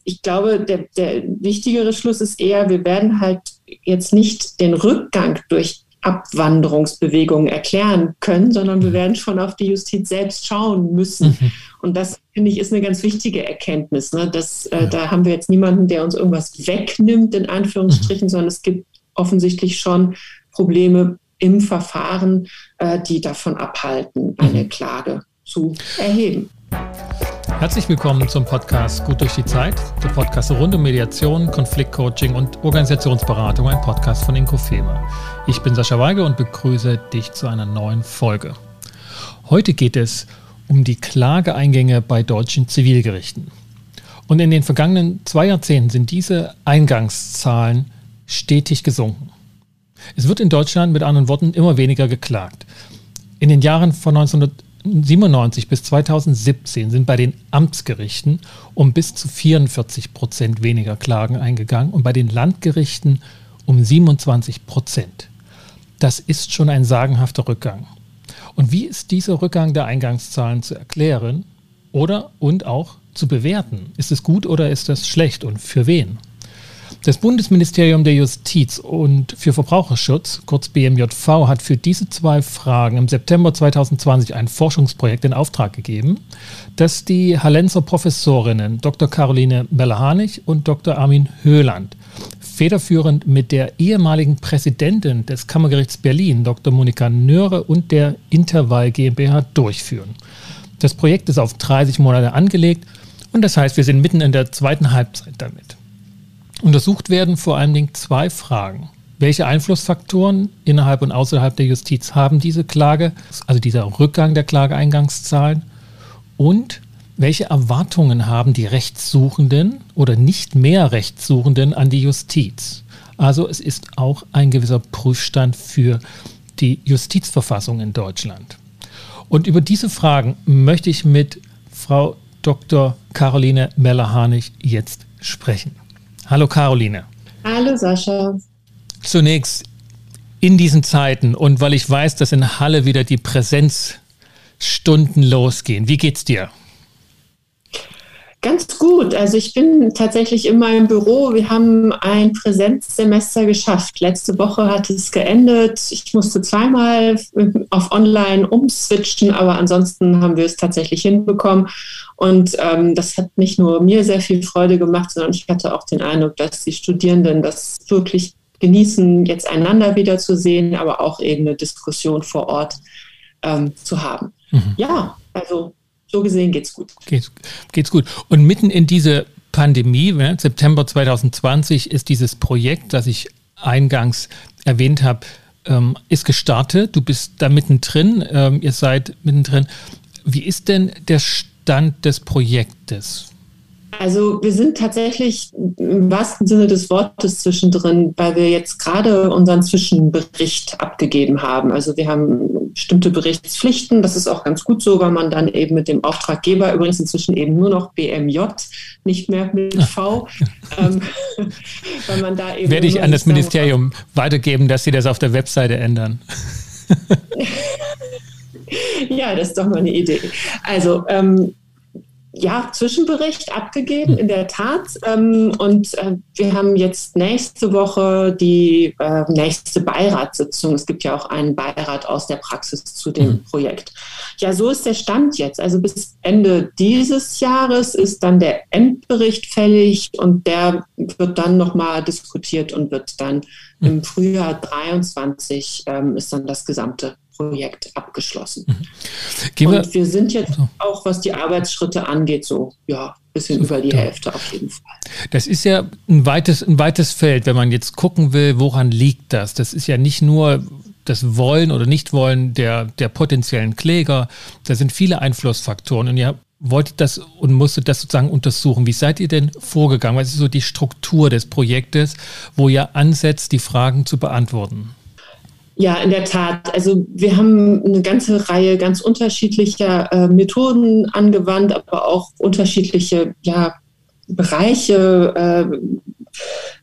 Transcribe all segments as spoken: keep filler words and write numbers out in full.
ich glaube, der, der wichtigere Schluss ist eher, wir werden halt jetzt nicht den Rückgang durch Abwanderungsbewegungen erklären können, sondern wir werden schon auf die Justiz selbst schauen müssen. Mhm. Und das, finde ich, ist eine ganz wichtige Erkenntnis. Ne? Das, äh, da haben wir jetzt niemanden, der uns irgendwas wegnimmt, in Anführungsstrichen, mhm. sondern es gibt offensichtlich schon Probleme im Verfahren, äh, die davon abhalten, eine mhm. Klage zu erheben. Herzlich willkommen zum Podcast Gut durch die Zeit, der Podcast rund um Mediation, Konfliktcoaching und Organisationsberatung, ein Podcast von Inkofema. Ich bin Sascha Weige und begrüße dich zu einer neuen Folge. Heute geht es um die Klageeingänge bei deutschen Zivilgerichten. Und in den vergangenen zwei Jahrzehnten sind diese Eingangszahlen stetig gesunken. Es wird in Deutschland mit anderen Worten immer weniger geklagt. In den Jahren von neunzehnhundertsiebenundneunzig bis zweitausendsiebzehn sind bei den Amtsgerichten um bis zu vierundvierzig Prozent weniger Klagen eingegangen und bei den Landgerichten um siebenundzwanzig Prozent. Das ist schon ein sagenhafter Rückgang. Und wie ist dieser Rückgang der Eingangszahlen zu erklären oder und auch zu bewerten? Ist es gut oder ist das schlecht und für wen? Das Bundesministerium der Justiz und für Verbraucherschutz, kurz B M J V, hat für diese zwei Fragen im September zweitausendzwanzig ein Forschungsprojekt in Auftrag gegeben, das die Hallenser Professorinnen Doktor Caroline Meller-Harnig und Doktor Armin Höhland federführend mit der ehemaligen Präsidentin des Kammergerichts Berlin, Doktor Monika Nöhre, und der Interval GmbH durchführen. Das Projekt ist auf dreißig Monate angelegt und das heißt, wir sind mitten in der zweiten Halbzeit damit. Untersucht werden vor allen Dingen zwei Fragen. Welche Einflussfaktoren innerhalb und außerhalb der Justiz haben diese Klage, also dieser Rückgang der Klageeingangszahlen? Und welche Erwartungen haben die Rechtssuchenden oder nicht mehr Rechtssuchenden an die Justiz? Also es ist auch ein gewisser Prüfstand für die Justizverfassung in Deutschland. Und über diese Fragen möchte ich mit Frau Doktor Caroline Meller-Harnig jetzt sprechen. Hallo Caroline. Hallo Sascha. Zunächst in diesen Zeiten und weil ich weiß, dass in Halle wieder die Präsenzstunden losgehen. Wie geht's dir? Ganz gut. Also ich bin tatsächlich in meinem Büro. Wir haben ein Präsenzsemester geschafft. Letzte Woche hat es geendet. Ich musste zweimal auf Online umswitchen, aber ansonsten haben wir es tatsächlich hinbekommen. Und ähm, das hat nicht nur mir sehr viel Freude gemacht, sondern ich hatte auch den Eindruck, dass die Studierenden das wirklich genießen, jetzt einander wiederzusehen, aber auch eben eine Diskussion vor Ort ähm, zu haben. Mhm. Ja, also so gesehen geht's gut. Geht's, geht's gut. Und mitten in diese Pandemie, ja, September zweitausendzwanzig, ist dieses Projekt, das ich eingangs erwähnt habe, ähm, ist gestartet. Du bist da mittendrin, ähm, ihr seid mittendrin. Wie ist denn der Stand des Projektes? Also wir sind tatsächlich im wahrsten Sinne des Wortes zwischendrin, weil wir jetzt gerade unseren Zwischenbericht abgegeben haben. Also wir haben bestimmte Berichtspflichten. Das ist auch ganz gut so, weil man dann eben mit dem Auftraggeber, übrigens inzwischen eben nur noch B M J, nicht mehr mit V, ähm, weil man da eben... Werde ich an das Ministerium weitergeben, dass sie das auf der Webseite ändern. Ja, das ist doch mal eine Idee. Also, ähm, ja, Zwischenbericht abgegeben, in der Tat. Ähm, und äh, wir haben jetzt nächste Woche die äh, nächste Beiratssitzung. Es gibt ja auch einen Beirat aus der Praxis zu dem mhm. Projekt. Ja, so ist der Stand jetzt. Also bis Ende dieses Jahres ist dann der Endbericht fällig und der wird dann nochmal diskutiert und wird dann mhm. im Frühjahr dreiundzwanzig ähm, ist dann das gesamte Projekt abgeschlossen. Mhm. Und wir sind jetzt auch, was die Arbeitsschritte angeht, so ja, ein bisschen über die Hälfte auf jeden Fall. Das ist ja ein weites, ein weites Feld, wenn man jetzt gucken will, woran liegt das? Das ist ja nicht nur das Wollen oder Nichtwollen der, der potenziellen Kläger, da sind viele Einflussfaktoren und ihr wolltet das und musstet das sozusagen untersuchen. Wie seid ihr denn vorgegangen? Was ist so die Struktur des Projektes, wo ihr ansetzt, die Fragen zu beantworten? Ja, in der Tat. Also wir haben eine ganze Reihe ganz unterschiedlicher äh, Methoden angewandt, aber auch unterschiedliche ja, Bereiche äh,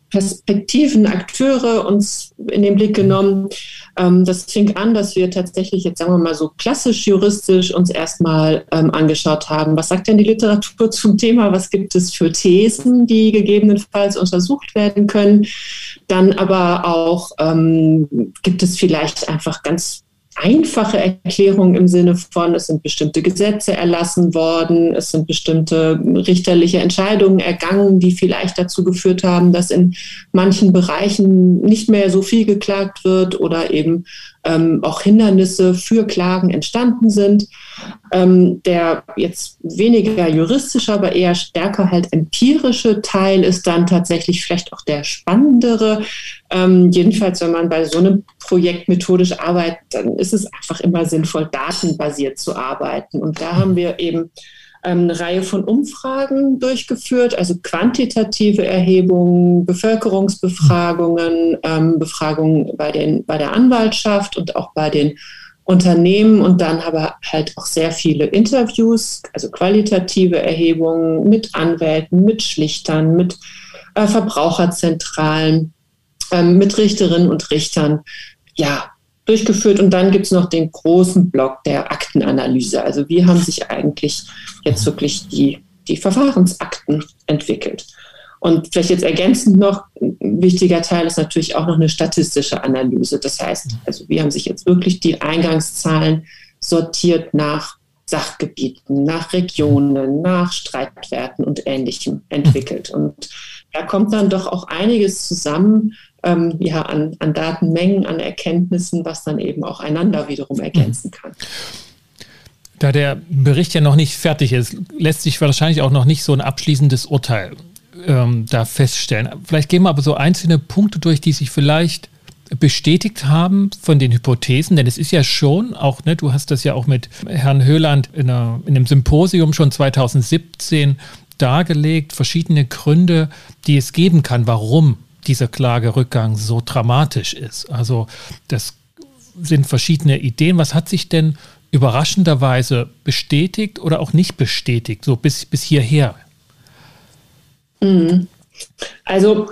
Perspektiven, Akteure uns in den Blick genommen. Ähm, das fing an, dass wir tatsächlich jetzt, sagen wir mal so klassisch juristisch uns erstmal ähm, angeschaut haben, was sagt denn die Literatur zum Thema, was gibt es für Thesen, die gegebenenfalls untersucht werden können. Dann aber auch, ähm, gibt es vielleicht einfach ganz einfache Erklärungen im Sinne von, es sind bestimmte Gesetze erlassen worden, es sind bestimmte richterliche Entscheidungen ergangen, die vielleicht dazu geführt haben, dass in manchen Bereichen nicht mehr so viel geklagt wird oder eben ähm, auch Hindernisse für Klagen entstanden sind. Ähm, der jetzt weniger juristische, aber eher stärker halt empirische Teil ist dann tatsächlich vielleicht auch der spannendere. Ähm, jedenfalls, wenn man bei so einem Projekt methodisch arbeitet, dann ist es einfach immer sinnvoll, datenbasiert zu arbeiten. Und da haben wir eben ähm, eine Reihe von Umfragen durchgeführt, also quantitative Erhebungen, Bevölkerungsbefragungen, ähm, Befragungen bei, den, bei der Anwaltschaft und auch bei den Unternehmen und dann aber halt auch sehr viele Interviews, also qualitative Erhebungen mit Anwälten, mit Schlichtern, mit äh, Verbraucherzentralen, ähm, mit Richterinnen und Richtern, ja, durchgeführt. Und dann gibt es noch den großen Block der Aktenanalyse. Also wie haben sich eigentlich jetzt wirklich die, die Verfahrensakten entwickelt? Und vielleicht jetzt ergänzend noch, ein wichtiger Teil ist natürlich auch noch eine statistische Analyse. Das heißt, also wir haben sich jetzt wirklich die Eingangszahlen sortiert nach Sachgebieten, nach Regionen, nach Streitwerten und Ähnlichem entwickelt. Und da kommt dann doch auch einiges zusammen, ähm, ja, an, an Datenmengen, an Erkenntnissen, was dann eben auch einander wiederum ergänzen kann. Da der Bericht ja noch nicht fertig ist, lässt sich wahrscheinlich auch noch nicht so ein abschließendes Urteil ähm, da feststellen. Vielleicht gehen wir aber so einzelne Punkte durch, die sich vielleicht bestätigt haben von den Hypothesen, denn es ist ja schon auch, ne, du hast das ja auch mit Herrn Höland in, einer, in einem Symposium schon zweitausendsiebzehn dargelegt, verschiedene Gründe, die es geben kann, warum dieser Klagerückgang so dramatisch ist. Also das sind verschiedene Ideen. Was hat sich denn überraschenderweise bestätigt oder auch nicht bestätigt, so bis, bis hierher? Also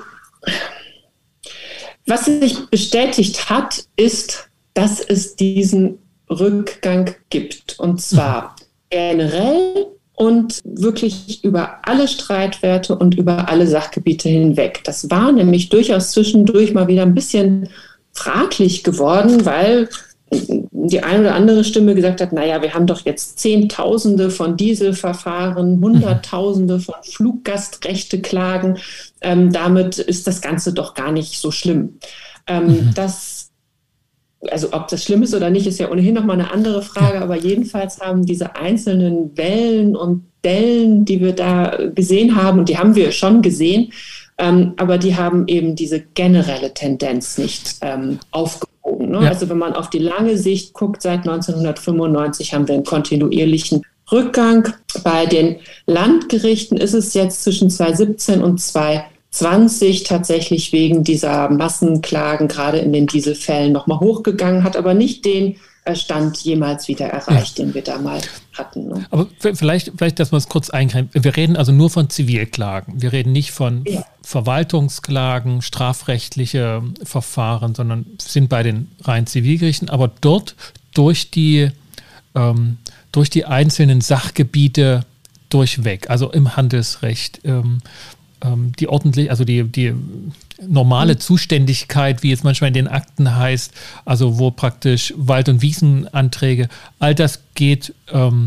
was sich bestätigt hat, ist, dass es diesen Rückgang gibt. Und zwar generell und wirklich über alle Streitwerte und über alle Sachgebiete hinweg. Das war nämlich durchaus zwischendurch mal wieder ein bisschen fraglich geworden, weil die eine oder andere Stimme gesagt hat, naja, wir haben doch jetzt Zehntausende von Dieselverfahren, Hunderttausende von Fluggastrechteklagen. Ähm, damit ist das Ganze doch gar nicht so schlimm. Ähm, mhm. Das, also ob das schlimm ist oder nicht, ist ja ohnehin nochmal eine andere Frage, aber jedenfalls haben diese einzelnen Wellen und Dellen, die wir da gesehen haben, und die haben wir schon gesehen, ähm, aber die haben eben diese generelle Tendenz nicht ähm, aufgehoben. Ne? Ja. Also wenn man auf die lange Sicht guckt, seit neunzehnhundertfünfundneunzig haben wir einen kontinuierlichen Rückgang. Bei den Landgerichten ist es jetzt zwischen zweitausendsiebzehn und zweitausendzwanzig tatsächlich wegen dieser Massenklagen, gerade in den Dieselfällen, nochmal hochgegangen, hat aber nicht den Stand jemals wieder erreicht, ja, den wir da mal hatten. Ne? Aber vielleicht, vielleicht, dass wir es kurz eingrenzen. Wir reden also nur von Zivilklagen. Wir reden nicht von ja. Verwaltungsklagen, strafrechtliche Verfahren, sondern sind bei den rein Zivilgerichten. Aber dort durch die, ähm, durch die einzelnen Sachgebiete durchweg, also im Handelsrecht, ähm, ähm, die ordentlich, also die, die normale Zuständigkeit, wie es manchmal in den Akten heißt, also wo praktisch Wald- und Wiesenanträge, all das geht ähm,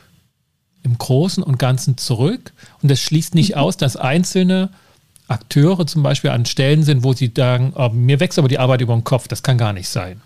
im Großen und Ganzen zurück. Und das schließt nicht aus, dass einzelne Akteure zum Beispiel an Stellen sind, wo sie sagen, oh, mir wächst aber die Arbeit über den Kopf, das kann gar nicht sein.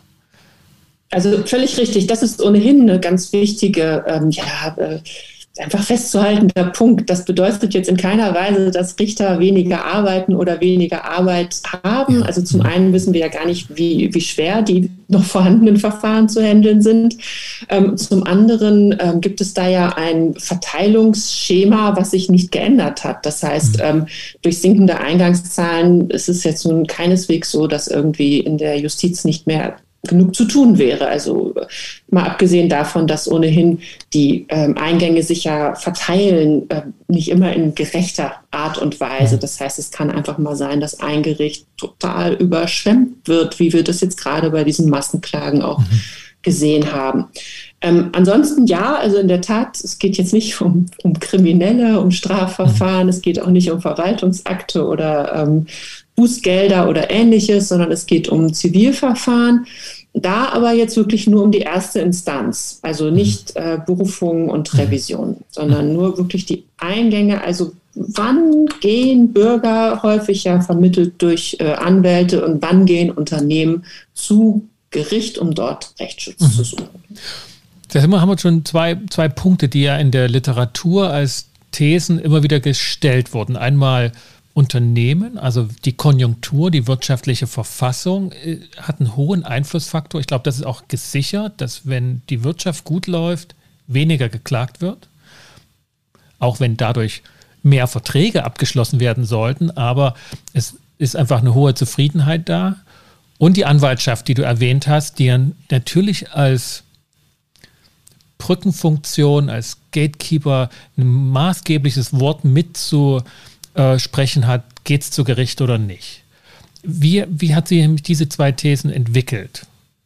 Also völlig richtig, das ist ohnehin eine ganz wichtige, ähm, ja, äh, einfach festzuhaltender Punkt. Das bedeutet jetzt in keiner Weise, dass Richter weniger arbeiten oder weniger Arbeit haben. Also zum einen wissen wir ja gar nicht, wie, wie schwer die noch vorhandenen Verfahren zu handeln sind. Ähm, zum anderen ähm, gibt es da ja ein Verteilungsschema, was sich nicht geändert hat. Das heißt, ähm, durch sinkende Eingangszahlen ist es jetzt nun keineswegs so, dass irgendwie in der Justiz nicht mehr genug zu tun wäre. Also mal abgesehen davon, dass ohnehin die ähm, Eingänge sich ja verteilen, äh, nicht immer in gerechter Art und Weise. Das heißt, es kann einfach mal sein, dass ein Gericht total überschwemmt wird, wie wir das jetzt gerade bei diesen Massenklagen auch mhm. gesehen haben. Ähm, ansonsten ja, also in der Tat, es geht jetzt nicht um, um Kriminelle, um Strafverfahren, mhm. es geht auch nicht um Verwaltungsakte oder ähm, Bußgelder oder Ähnliches, sondern es geht um Zivilverfahren. Da aber jetzt wirklich nur um die erste Instanz, also nicht äh, Berufung und Revision, sondern nur wirklich die Eingänge. Also wann gehen Bürger, häufig ja vermittelt durch äh, Anwälte, und wann gehen Unternehmen zu Gericht, um dort Rechtsschutz mhm. zu suchen. Da haben wir schon zwei, zwei Punkte, die ja in der Literatur als Thesen immer wieder gestellt wurden. Einmal Unternehmen, also die Konjunktur, die wirtschaftliche Verfassung äh, hat einen hohen Einflussfaktor. Ich glaube, das ist auch gesichert, dass wenn die Wirtschaft gut läuft, weniger geklagt wird. Auch wenn dadurch mehr Verträge abgeschlossen werden sollten, aber es ist einfach eine hohe Zufriedenheit da. Und die Anwaltschaft, die du erwähnt hast, die natürlich als Brückenfunktion, als Gatekeeper ein maßgebliches Wort mitzusprechen hat, geht es zu Gericht oder nicht. Wie, wie hat sie diese zwei Thesen entwickelt?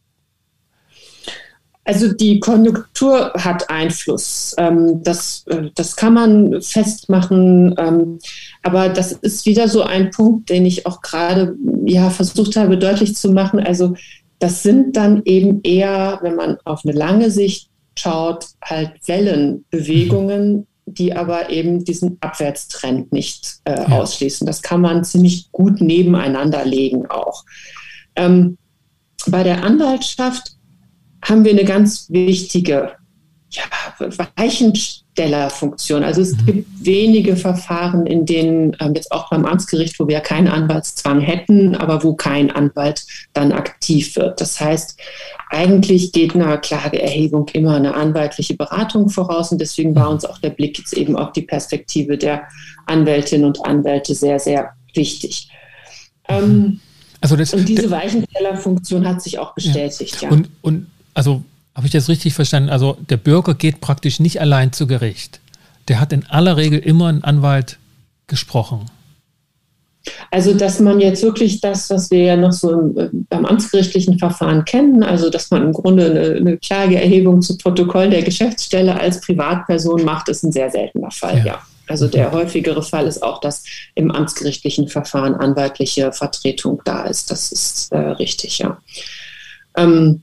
Also die Konjunktur hat Einfluss. Das, das kann man festmachen. Aber das ist wieder so ein Punkt, den ich auch gerade ja, versucht habe deutlich zu machen. Also das sind dann eben eher, wenn man auf eine lange Sicht schaut, halt Wellenbewegungen, die aber eben diesen Abwärtstrend nicht äh, ja. ausschließen. Das kann man ziemlich gut nebeneinander legen auch. Ähm, bei der Anwaltschaft haben wir eine ganz wichtige ja, Weichenstellerfunktion. Also es mhm. gibt wenige Verfahren, in denen ähm, jetzt auch beim Amtsgericht, wo wir keinen Anwaltszwang hätten, aber wo kein Anwalt dann aktiv wird. Das heißt, eigentlich geht einer Klageerhebung immer eine anwaltliche Beratung voraus, und deswegen war uns auch der Blick jetzt eben auf die Perspektive der Anwältinnen und Anwälte sehr, sehr wichtig. Ähm, also das, und diese Weichenstellerfunktion hat sich auch bestätigt. Ja. Ja. Und, und also habe ich das richtig verstanden? Also der Bürger geht praktisch nicht allein zu Gericht. Der hat in aller Regel immer einen Anwalt gesprochen. Also dass man jetzt wirklich das, was wir ja noch so im, beim amtsgerichtlichen Verfahren kennen, also dass man im Grunde eine, eine Klageerhebung zu Protokoll der Geschäftsstelle als Privatperson macht, ist ein sehr seltener Fall, ja. ja. Also der häufigere Fall ist auch, dass im amtsgerichtlichen Verfahren anwaltliche Vertretung da ist. Das ist äh, richtig, ja. Ähm,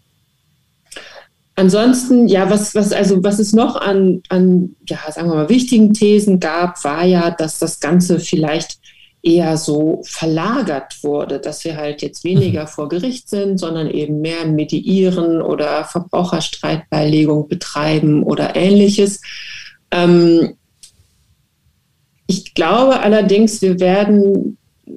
Ansonsten, ja, was, was, also, was es noch an, an, ja, sagen wir mal, wichtigen Thesen gab, war ja, dass das Ganze vielleicht eher so verlagert wurde, dass wir halt jetzt weniger vor Gericht sind, sondern eben mehr mediieren oder Verbraucherstreitbeilegung betreiben oder Ähnliches. Ähm, ich glaube allerdings, wir werden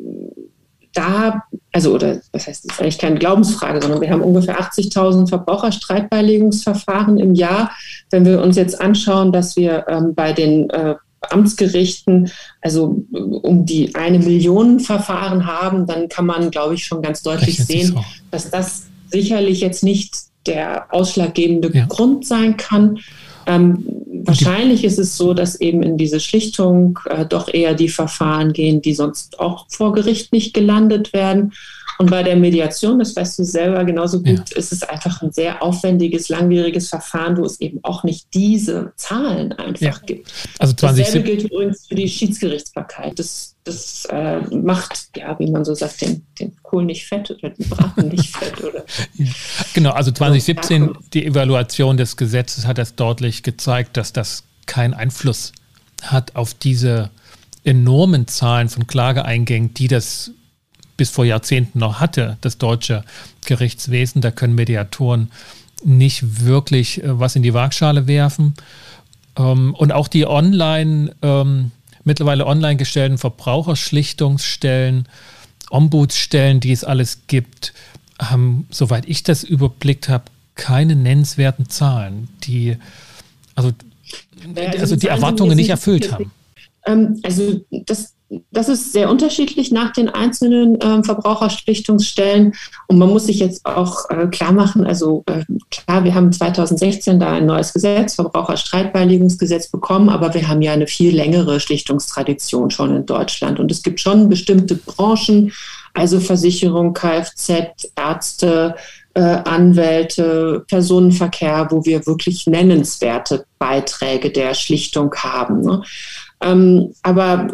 da, also, oder was heißt, das ist eigentlich keine Glaubensfrage, sondern wir haben ungefähr achtzigtausend Verbraucherstreitbeilegungsverfahren im Jahr. Wenn wir uns jetzt anschauen, dass wir ähm, bei den äh, Amtsgerichten also um die eine Million Verfahren haben, dann kann man, glaube ich, schon ganz deutlich sehen, so. dass das sicherlich jetzt nicht der ausschlaggebende ja. Grund sein kann. Ähm, wahrscheinlich ist es so, dass eben in diese Schlichtung äh, doch eher die Verfahren gehen, die sonst auch vor Gericht nicht gelandet werden. Und bei der Mediation, das weißt du selber genauso gut, ja. ist es einfach ein sehr aufwendiges, langwieriges Verfahren, wo es eben auch nicht diese Zahlen einfach ja. gibt. Also zwanzig Dasselbe gilt übrigens für die Schiedsgerichtsbarkeit. Das, das äh, macht, ja, wie man so sagt, den, den Kohl nicht fett oder den Braten nicht fett. Oder ja. Genau, also zwanzig siebzehn, die Evaluation des Gesetzes hat das deutlich gezeigt, dass das keinen Einfluss hat auf diese enormen Zahlen von Klageeingängen, die das bis vor Jahrzehnten noch hatte, das deutsche Gerichtswesen. Da können Mediatoren nicht wirklich äh, was in die Waagschale werfen. Ähm, und auch die online, ähm, mittlerweile online gestellten Verbraucherschlichtungsstellen, Ombudsstellen, die es alles gibt, haben, soweit ich das überblickt habe, keine nennenswerten Zahlen, die also, ja, also also die Erwartungen nicht erfüllt haben. Ähm, also das Das ist sehr unterschiedlich nach den einzelnen äh, Verbraucherschlichtungsstellen. Und man muss sich jetzt auch äh, klar machen, also äh, klar, wir haben zweitausendsechzehn da ein neues Gesetz, Verbraucherstreitbeilegungsgesetz bekommen, aber wir haben ja eine viel längere Schlichtungstradition schon in Deutschland. Und es gibt schon bestimmte Branchen, also Versicherung, Kfz, Ärzte, äh, Anwälte, Personenverkehr, wo wir wirklich nennenswerte Beiträge der Schlichtung haben, ne? Ähm, aber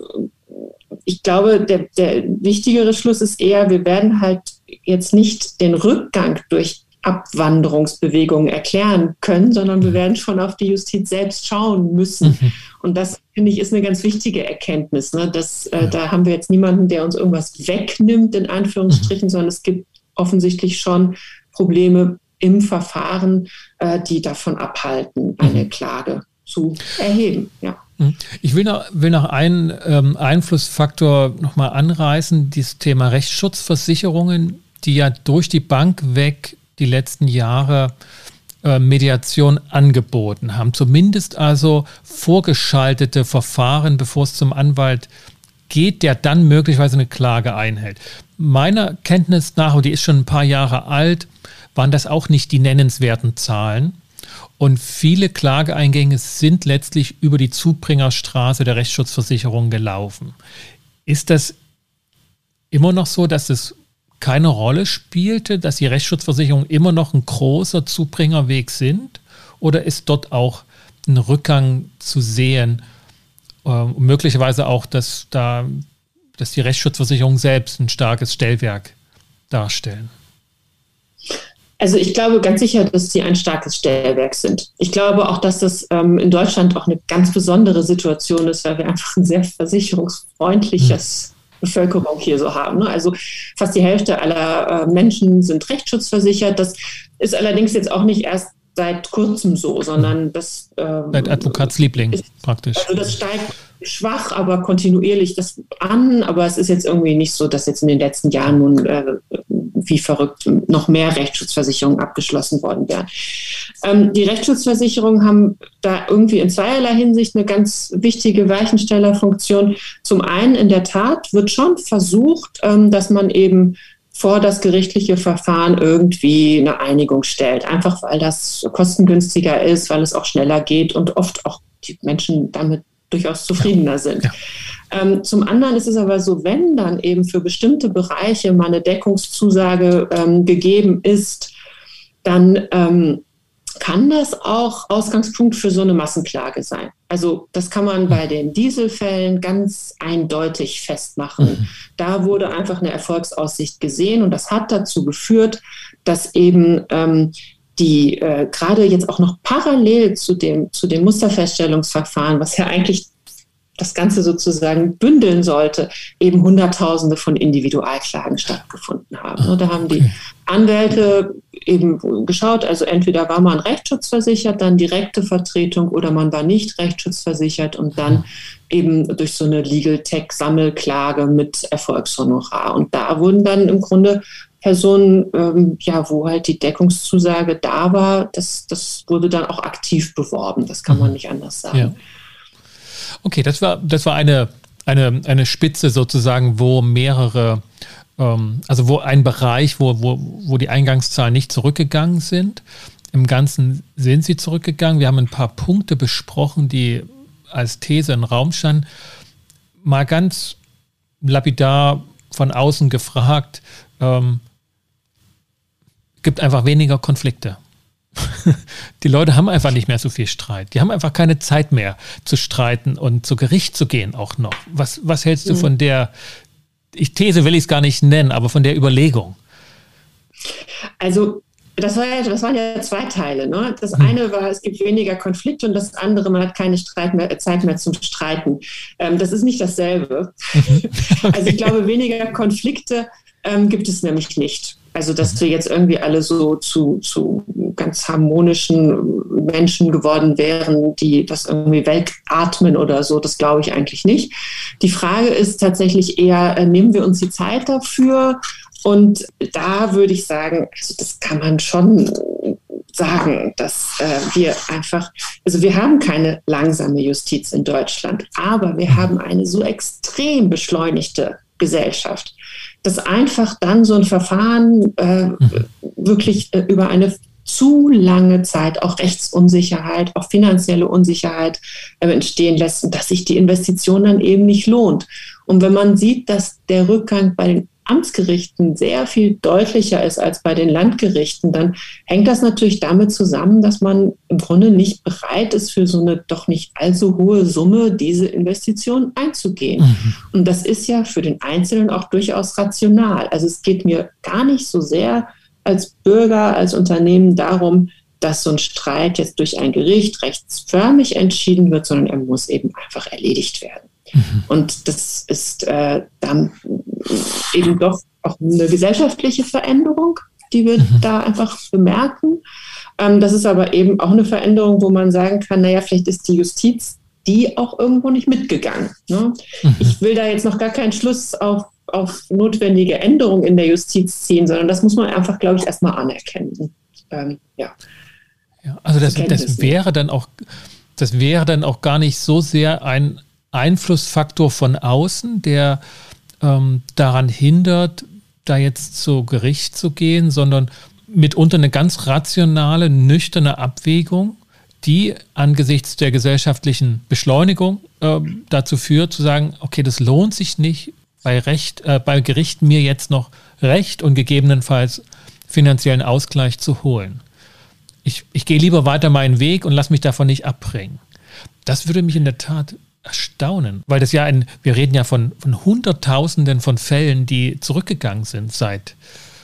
ich glaube, der, der wichtigere Schluss ist eher, wir werden halt jetzt nicht den Rückgang durch Abwanderungsbewegungen erklären können, sondern wir werden schon auf die Justiz selbst schauen müssen. Mhm. Und das, finde ich, ist eine ganz wichtige Erkenntnis. Ne? Dass, äh, ja. Da haben wir jetzt niemanden, der uns irgendwas wegnimmt, in Anführungsstrichen, mhm. sondern es gibt offensichtlich schon Probleme im Verfahren, äh, die davon abhalten, eine mhm. Klage zu erheben. Ja. Ich will noch, will noch einen ähm, Einflussfaktor nochmal anreißen, dieses Thema Rechtsschutzversicherungen, die ja durch die Bank weg die letzten Jahre äh, Mediation angeboten haben. Zumindest also vorgeschaltete Verfahren, bevor es zum Anwalt geht, der dann möglicherweise eine Klage einhält. Meiner Kenntnis nach, und die ist schon ein paar Jahre alt, waren das auch nicht die nennenswerten Zahlen. Und viele Klageeingänge sind letztlich über die Zubringerstraße der Rechtsschutzversicherung gelaufen. Ist das immer noch so, dass es keine Rolle spielte, dass die Rechtsschutzversicherungen immer noch ein großer Zubringerweg sind? Oder ist dort auch ein Rückgang zu sehen? Äh, möglicherweise auch, dass, da, dass die Rechtsschutzversicherungen selbst ein starkes Stellwerk darstellen? Also ich glaube ganz sicher, dass sie ein starkes Stellwerk sind. Ich glaube auch, dass das ähm, in Deutschland auch eine ganz besondere Situation ist, weil wir einfach ein sehr versicherungsfreundliches mhm. Bevölkerung hier so haben. Ne? Also fast die Hälfte aller äh, Menschen sind rechtsschutzversichert. Das ist allerdings jetzt auch nicht erst seit kurzem so, sondern das ähm, seit Advokatsliebling ist, praktisch. Also das steigt schwach, aber kontinuierlich das an. Aber es ist jetzt irgendwie nicht so, dass jetzt in den letzten Jahren nun äh, wie verrückt noch mehr Rechtsschutzversicherungen abgeschlossen worden wären. Ähm, die Rechtsschutzversicherungen haben da irgendwie in zweierlei Hinsicht eine ganz wichtige Weichenstellerfunktion. Zum einen in der Tat wird schon versucht, ähm, dass man eben vor das gerichtliche Verfahren irgendwie eine Einigung stellt. Einfach weil das kostengünstiger ist, weil es auch schneller geht und oft auch die Menschen damit durchaus zufriedener sind. Ja. Ähm, zum anderen ist es aber so, wenn dann eben für bestimmte Bereiche mal eine Deckungszusage ähm, gegeben ist, dann ähm, kann das auch Ausgangspunkt für so eine Massenklage sein. Also das kann man bei den Dieselfällen ganz eindeutig festmachen. Mhm. Da wurde einfach eine Erfolgsaussicht gesehen und das hat dazu geführt, dass eben ähm, die äh, gerade jetzt auch noch parallel zu dem, zu dem Musterfeststellungsverfahren, was ja eigentlich das Ganze sozusagen bündeln sollte, eben Hunderttausende von Individualklagen stattgefunden haben. Und da haben die Anwälte eben geschaut, also entweder war man rechtsschutzversichert, dann direkte Vertretung oder man war nicht rechtsschutzversichert und dann eben durch so eine Legal Tech Sammelklage mit Erfolgshonorar. Und da wurden dann im Grunde Personen, ähm, ja, wo halt die Deckungszusage da war, das, das wurde dann auch aktiv beworben. Das kann man nicht anders sagen. Ja. Okay, das war, das war eine, eine, eine Spitze sozusagen, wo mehrere, ähm, also wo ein Bereich, wo, wo, wo die Eingangszahlen nicht zurückgegangen sind. Im Ganzen sind sie zurückgegangen. Wir haben ein paar Punkte besprochen, die als These im Raum standen. Mal ganz lapidar von außen gefragt, ähm, gibt einfach weniger Konflikte. Die Leute haben einfach nicht mehr so viel Streit. Die haben einfach keine Zeit mehr zu streiten und zu Gericht zu gehen auch noch. Was, was hältst du mhm. von der, ich These will ich es gar nicht nennen, aber von der Überlegung? Also das, war ja, das waren ja zwei Teile. Ne? Das mhm. eine war, es gibt weniger Konflikte und das andere, man hat keine Streit mehr, Zeit mehr zum Streiten. Ähm, das ist nicht dasselbe. Mhm. Okay. Also ich glaube, weniger Konflikte ähm, gibt es nämlich nicht. Also, dass wir jetzt irgendwie alle so zu, zu ganz harmonischen Menschen geworden wären, die das irgendwie wegatmen oder so, das glaube ich eigentlich nicht. Die Frage ist tatsächlich eher, äh, nehmen wir uns die Zeit dafür? Und da würde ich sagen, also das kann man schon sagen, dass äh, wir einfach, also wir haben keine langsame Justiz in Deutschland, aber wir haben eine so extrem beschleunigte Gesellschaft, dass einfach dann so ein Verfahren äh, wirklich äh, über eine zu lange Zeit auch Rechtsunsicherheit, auch finanzielle Unsicherheit äh, entstehen lässt und dass sich die Investition dann eben nicht lohnt. Und wenn man sieht, dass der Rückgang bei den Amtsgerichten sehr viel deutlicher ist als bei den Landgerichten, dann hängt das natürlich damit zusammen, dass man im Grunde nicht bereit ist, für so eine doch nicht allzu hohe Summe diese Investition einzugehen. Mhm. Und das ist ja für den Einzelnen auch durchaus rational. Also es geht mir gar nicht so sehr als Bürger, als Unternehmen darum, dass so ein Streit jetzt durch ein Gericht rechtsförmig entschieden wird, sondern er muss eben einfach erledigt werden. Mhm. Und das ist äh, dann eben doch auch eine gesellschaftliche Veränderung, die wir mhm. da einfach bemerken. Ähm, das ist aber eben auch eine Veränderung, wo man sagen kann, naja, vielleicht ist die Justiz die auch irgendwo nicht mitgegangen. Ne? Mhm. Ich will da jetzt noch gar keinen Schluss auf, auf notwendige Änderungen in der Justiz ziehen, sondern das muss man einfach, glaube ich, erstmal anerkennen. Ähm, ja. Ja, also das, das wäre dann auch, das wäre dann auch gar nicht so sehr ein Einflussfaktor von außen, der ähm, daran hindert, da jetzt zu Gericht zu gehen, sondern mitunter eine ganz rationale, nüchterne Abwägung, die angesichts der gesellschaftlichen Beschleunigung äh, dazu führt, zu sagen, okay, das lohnt sich nicht, bei, Recht, äh, bei Gericht mir jetzt noch Recht und gegebenenfalls finanziellen Ausgleich zu holen. Ich, ich gehe lieber weiter meinen Weg und lasse mich davon nicht abbringen. Das würde mich in der Tat erstaunen, weil das ja ein, wir reden ja von, von Hunderttausenden von Fällen, die zurückgegangen sind seit,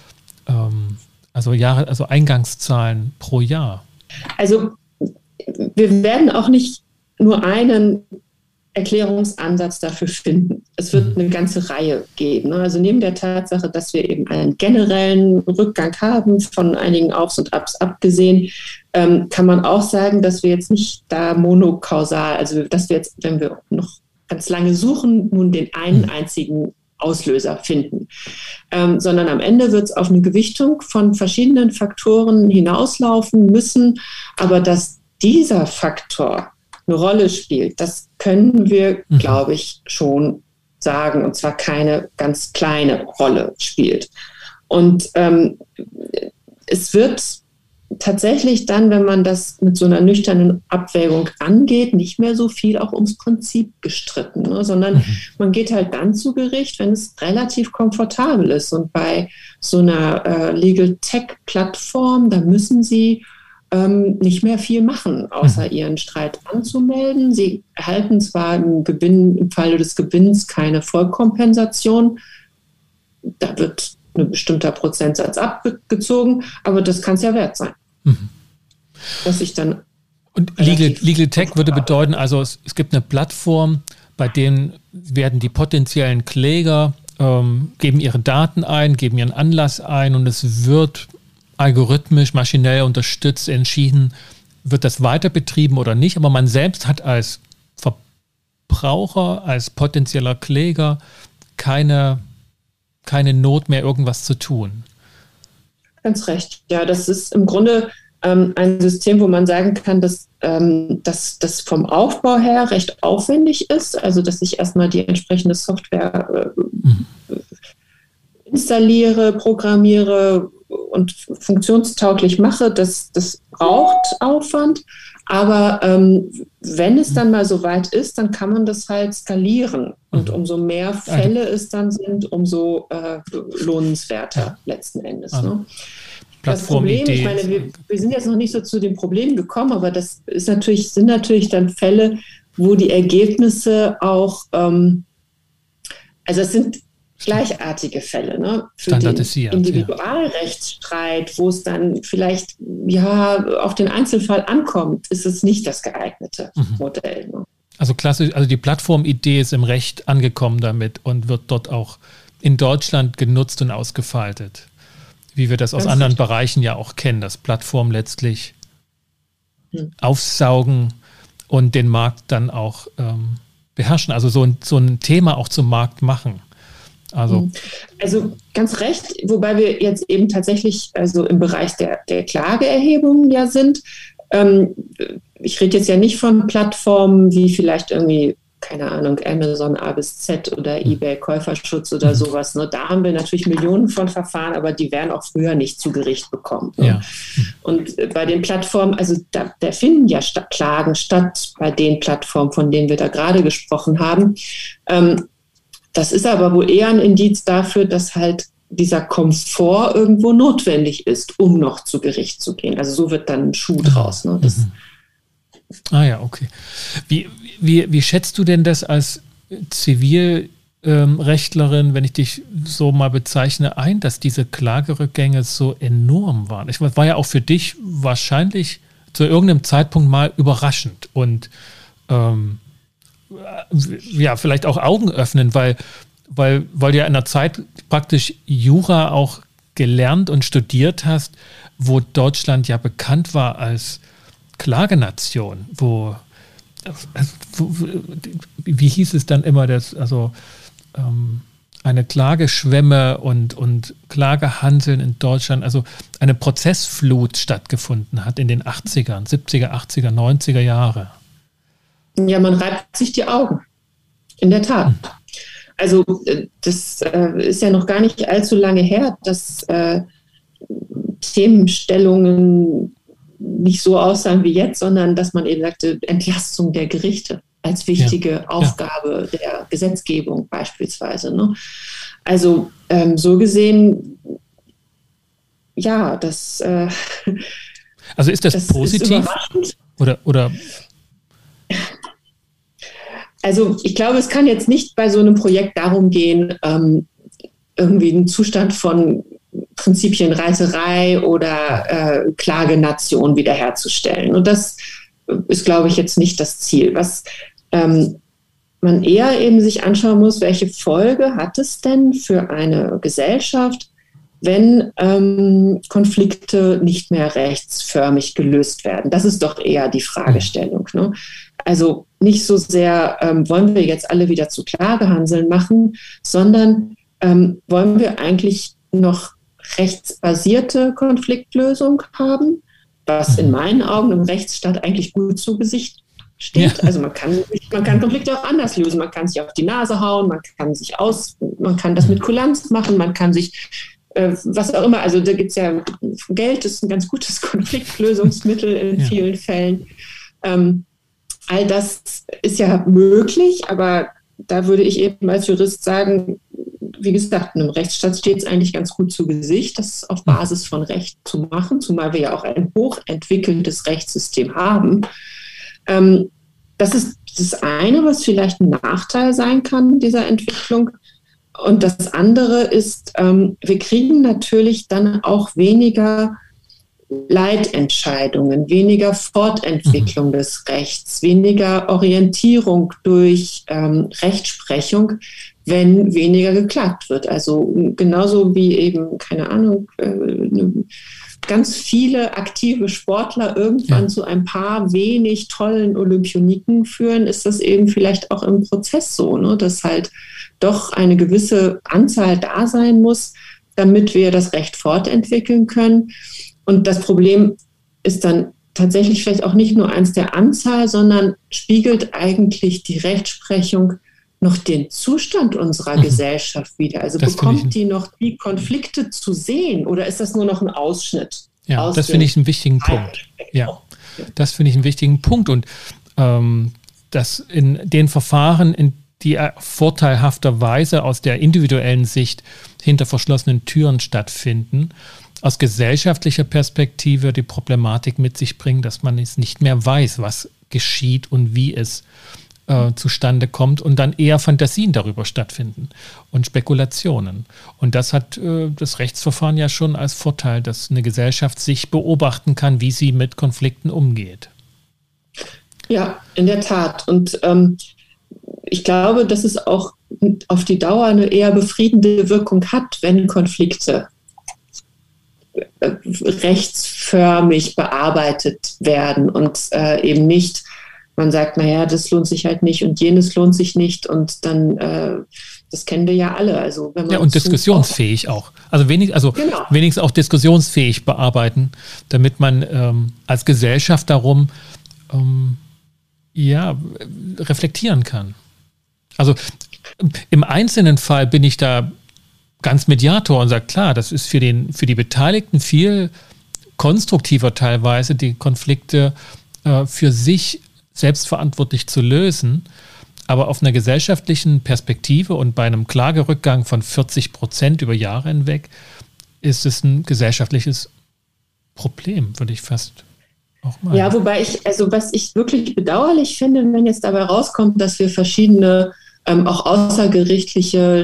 ähm, also Jahre, also Eingangszahlen pro Jahr. Also wir werden auch nicht nur einen Erklärungsansatz dafür finden. Es wird eine ganze Reihe geben. Also neben der Tatsache, dass wir eben einen generellen Rückgang haben, von einigen Aufs und Abs abgesehen, ähm, kann man auch sagen, dass wir jetzt nicht da monokausal, also dass wir jetzt, wenn wir noch ganz lange suchen, nun den einen einzigen Auslöser finden, ähm, sondern am Ende wird es auf eine Gewichtung von verschiedenen Faktoren hinauslaufen müssen, aber dass dieser Faktor eine Rolle spielt, das können wir, mhm. glaube ich, schon sagen, und zwar keine ganz kleine Rolle spielt. Und ähm, es wird tatsächlich dann, wenn man das mit so einer nüchternen Abwägung angeht, nicht mehr so viel auch ums Prinzip gestritten, ne? Sondern mhm. man geht halt dann zu Gericht, wenn es relativ komfortabel ist. Und bei so einer äh, Legal Tech-Plattform, da müssen Sie ähm, nicht mehr viel machen, außer mhm. ihren Streit anzumelden. Sie erhalten zwar im, Gewinn, im Falle des Gewinns keine Vollkompensation, da wird ein bestimmter Prozentsatz abgezogen, aber das kann es ja wert sein. Mhm. Dass ich dann Und Legal, Legal Tech würde bedeuten, also es, es gibt eine Plattform, bei denen werden die potenziellen Kläger ähm, geben ihre Daten ein, geben ihren Anlass ein und es wird algorithmisch, maschinell unterstützt, entschieden, wird das weiter betrieben oder nicht, aber man selbst hat als Verbraucher, als potenzieller Kläger keine keine Not mehr, irgendwas zu tun. Ganz recht. Ja, das ist im Grunde ähm, ein System, wo man sagen kann, dass ähm, das vom Aufbau her recht aufwendig ist, also dass ich erstmal die entsprechende Software äh, mhm. installiere, programmiere und funktionstauglich mache. Das, das braucht Aufwand. Aber ähm, wenn es dann mal so weit ist, dann kann man das halt skalieren. Und umso mehr Fälle es dann sind, umso äh, lohnenswerter ja. letzten Endes. Also, ne? Das Problem, ich meine, wir, wir sind jetzt noch nicht so zu dem Problem gekommen, aber das ist natürlich, sind natürlich dann Fälle, wo die Ergebnisse auch, ähm, also es sind gleichartige Fälle, ne? Für den Individualrechtsstreit, wo es dann vielleicht ja auf den Einzelfall ankommt, ist es nicht das geeignete mhm. Modell. Ne? Also klassisch, also die Plattformidee ist im Recht angekommen damit und wird dort auch in Deutschland genutzt und ausgefaltet, wie wir das aus Ganz anderen richtig. Bereichen ja auch kennen, dass Plattformen letztlich hm. aufsaugen und den Markt dann auch ähm, beherrschen, also so ein, so ein Thema auch zum Markt machen. Also, also ganz recht, wobei wir jetzt eben tatsächlich also im Bereich der, der Klageerhebungen ja sind. Ähm, ich rede jetzt ja nicht von Plattformen wie vielleicht irgendwie, keine Ahnung, Amazon A bis Z oder eBay Käuferschutz oder sowas. Ne? Da haben wir natürlich Millionen von Verfahren, aber die werden auch früher nicht zu Gericht bekommen. Ne? Ja. Und bei den Plattformen, also da, da finden ja statt, Klagen statt bei den Plattformen, von denen wir da gerade gesprochen haben. Ähm, Das ist aber wohl eher ein Indiz dafür, dass halt dieser Komfort irgendwo notwendig ist, um noch zu Gericht zu gehen. Also so wird dann ein Schuh draus. Ne? Das mhm. Ah ja, okay. Wie, wie, wie schätzt du denn das als Zivilrechtlerin, ähm, wenn ich dich so mal bezeichne, ein, dass diese Klagerückgänge so enorm waren? Ich war ja auch für dich wahrscheinlich zu irgendeinem Zeitpunkt mal überraschend und ähm, ja, vielleicht auch Augen öffnen, weil, weil, weil du ja in einer Zeit praktisch Jura auch gelernt und studiert hast, wo Deutschland ja bekannt war als Klagenation, wo, wo wie hieß es dann immer, dass also ähm, eine Klageschwemme und, und Klagehanseln in Deutschland, also eine Prozessflut stattgefunden hat in den achtzigern, siebziger, achtziger, neunziger Jahre. Ja, man reibt sich die Augen. In der Tat. Also das äh, ist ja noch gar nicht allzu lange her, dass äh, Themenstellungen nicht so aussahen wie jetzt, sondern dass man eben sagte, Entlastung der Gerichte als wichtige ja. Aufgabe ja. der Gesetzgebung beispielsweise. Ne? Also ähm, so gesehen, ja, das äh, Also ist das, das positiv? Ist oder, oder Also ich glaube, es kann jetzt nicht bei so einem Projekt darum gehen, ähm, irgendwie einen Zustand von Prinzipienreiterei oder äh, Klagenation wiederherzustellen. Und das ist, glaube ich, jetzt nicht das Ziel. Was ähm, man eher eben sich anschauen muss, welche Folge hat es denn für eine Gesellschaft, wenn ähm, Konflikte nicht mehr rechtsförmig gelöst werden. Das ist doch eher die Fragestellung. Ne? Also nicht so sehr, ähm, wollen wir jetzt alle wieder zu Klagehanseln machen, sondern ähm, wollen wir eigentlich noch rechtsbasierte Konfliktlösung haben, was in meinen Augen im Rechtsstaat eigentlich gut zu Gesicht steht. Ja. Also man kann, man kann Konflikte auch anders lösen. Man kann sich auf die Nase hauen, man kann sich aus, man kann das mit Kulanz machen, man kann sich äh, was auch immer. Also da gibt es ja, Geld ist ein ganz gutes Konfliktlösungsmittel in ja. vielen Fällen. Ähm, all das ist ja möglich, aber da würde ich eben als Jurist sagen, wie gesagt, in einem Rechtsstaat steht es eigentlich ganz gut zu Gesicht, das auf Basis von Recht zu machen, zumal wir ja auch ein hochentwickeltes Rechtssystem haben. Ähm, das ist das eine, was vielleicht ein Nachteil sein kann dieser Entwicklung. Und das andere ist, ähm, wir kriegen natürlich dann auch weniger Leitentscheidungen, weniger Fortentwicklung mhm. des Rechts, weniger Orientierung durch ähm, Rechtsprechung, wenn weniger geklagt wird. Also genauso wie eben, keine Ahnung, äh, ganz viele aktive Sportler irgendwann ja. zu ein paar wenig tollen Olympioniken führen, ist das eben vielleicht auch im Prozess so, ne? Dass halt doch eine gewisse Anzahl da sein muss, damit wir das Recht fortentwickeln können. Und das Problem ist dann tatsächlich vielleicht auch nicht nur eins der Anzahl, sondern spiegelt eigentlich die Rechtsprechung noch den Zustand unserer mhm. Gesellschaft wieder? Also das bekommt die noch die Konflikte zu sehen oder ist das nur noch ein Ausschnitt? Ja, aus das finde ich einen wichtigen Punkt. Ja, das finde ich einen wichtigen Punkt. Und ähm, dass in den Verfahren, in die vorteilhafterweise aus der individuellen Sicht hinter verschlossenen Türen stattfinden, aus gesellschaftlicher Perspektive die Problematik mit sich bringen, dass man es nicht mehr weiß, was geschieht und wie es äh, zustande kommt und dann eher Fantasien darüber stattfinden und Spekulationen. Und das hat äh, das Rechtsverfahren ja schon als Vorteil, dass eine Gesellschaft sich beobachten kann, wie sie mit Konflikten umgeht. Ja, in der Tat. Und ähm, ich glaube, dass es auch auf die Dauer eine eher befriedende Wirkung hat, wenn Konflikte rechtsförmig bearbeitet werden und äh, eben nicht, man sagt, naja, das lohnt sich halt nicht und jenes lohnt sich nicht und dann, äh, das kennen wir ja alle. Also, wenn man ja, und diskussionsfähig auch. Also, wenig, also genau. wenigstens auch diskussionsfähig bearbeiten, damit man ähm, als Gesellschaft darum ähm, ja, reflektieren kann. Also im einzelnen Fall bin ich da ganz Mediator und sage, klar, das ist für, den, für die Beteiligten viel konstruktiver teilweise, die Konflikte äh, für sich selbstverantwortlich zu lösen. Aber auf einer gesellschaftlichen Perspektive und bei einem Klagerückgang von vierzig Prozent über Jahre hinweg ist es ein gesellschaftliches Problem, würde ich fast auch meinen. Ja, wobei ich, also was ich wirklich bedauerlich finde, wenn jetzt dabei rauskommt, dass wir verschiedene Ähm, auch außergerichtliche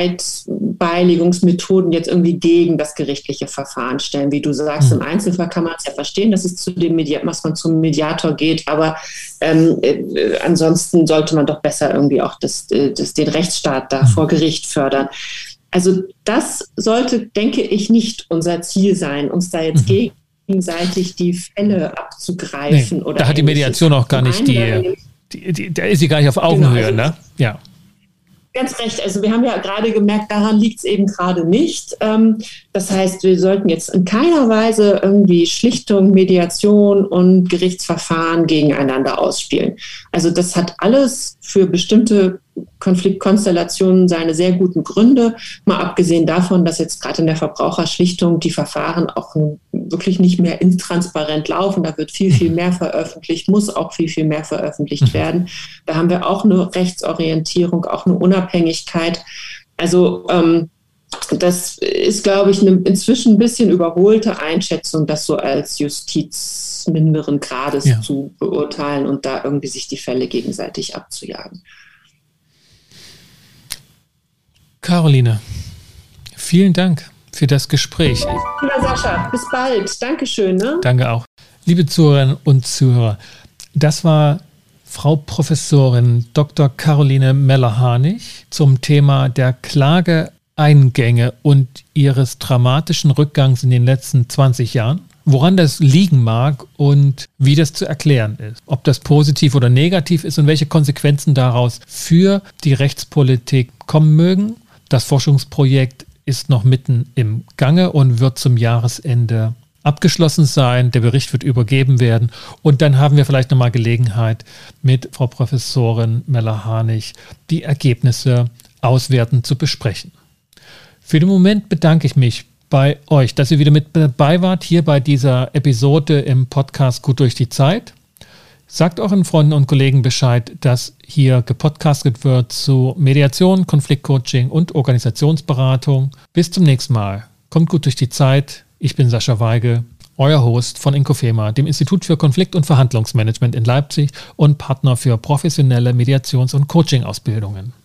Streitbeilegungsmethoden jetzt irgendwie gegen das gerichtliche Verfahren stellen. Wie du sagst, mhm. im Einzelfall kann man es ja verstehen, dass es zu dem Mediator, was man zum Mediator geht, aber ähm, äh, ansonsten sollte man doch besser irgendwie auch das, das, den Rechtsstaat da mhm. vor Gericht fördern. Also das sollte, denke ich, nicht unser Ziel sein, uns da jetzt mhm. gegenseitig die Fälle abzugreifen. Nee, oder da hat die Mediation auch gar nicht die... Die, die, da ist sie gar nicht auf Augenhöhe, genau, also, ne? Ja. Ganz recht. Also wir haben ja gerade gemerkt, daran liegt es eben gerade nicht. Das heißt, wir sollten jetzt in keiner Weise irgendwie Schlichtung, Mediation und Gerichtsverfahren gegeneinander ausspielen. Also das hat alles für bestimmte Konfliktkonstellationen seine sehr guten Gründe. Mal abgesehen davon, dass jetzt gerade in der Verbraucherschlichtung die Verfahren auch wirklich nicht mehr intransparent laufen. Da wird viel, viel mehr veröffentlicht, muss auch viel, viel mehr veröffentlicht werden. Da haben wir auch eine Rechtsorientierung, auch eine Unabhängigkeit. Also ähm, das ist, glaube ich, eine inzwischen ein bisschen überholte Einschätzung, das so als Justiz minderen Grades ja. zu beurteilen und da irgendwie sich die Fälle gegenseitig abzujagen. Caroline, vielen Dank für das Gespräch. Lieber Sascha, bis bald. Dankeschön. Ne? Danke auch. Liebe Zuhörerinnen und Zuhörer, das war Frau Professorin Doktor Caroline Meller-Harnig zum Thema der Klageeingänge und ihres dramatischen Rückgangs in den letzten zwanzig Jahren. Woran das liegen mag und wie das zu erklären ist. Ob das positiv oder negativ ist und welche Konsequenzen daraus für die Rechtspolitik kommen mögen. Das Forschungsprojekt ist noch mitten im Gange und wird zum Jahresende abgeschlossen sein. Der Bericht wird übergeben werden. Und dann haben wir vielleicht nochmal Gelegenheit, mit Frau Professorin Meller-Harnig die Ergebnisse auswerten zu besprechen. Für den Moment bedanke ich mich bei euch, dass ihr wieder mit dabei wart, hier bei dieser Episode im Podcast Gut durch die Zeit. Sagt euren Freunden und Kollegen Bescheid, dass hier gepodcastet wird zu Mediation, Konfliktcoaching und Organisationsberatung. Bis zum nächsten Mal. Kommt gut durch die Zeit. Ich bin Sascha Weige, euer Host von Inkofema, dem Institut für Konflikt- und Verhandlungsmanagement in Leipzig und Partner für professionelle Mediations- und Coaching-Ausbildungen.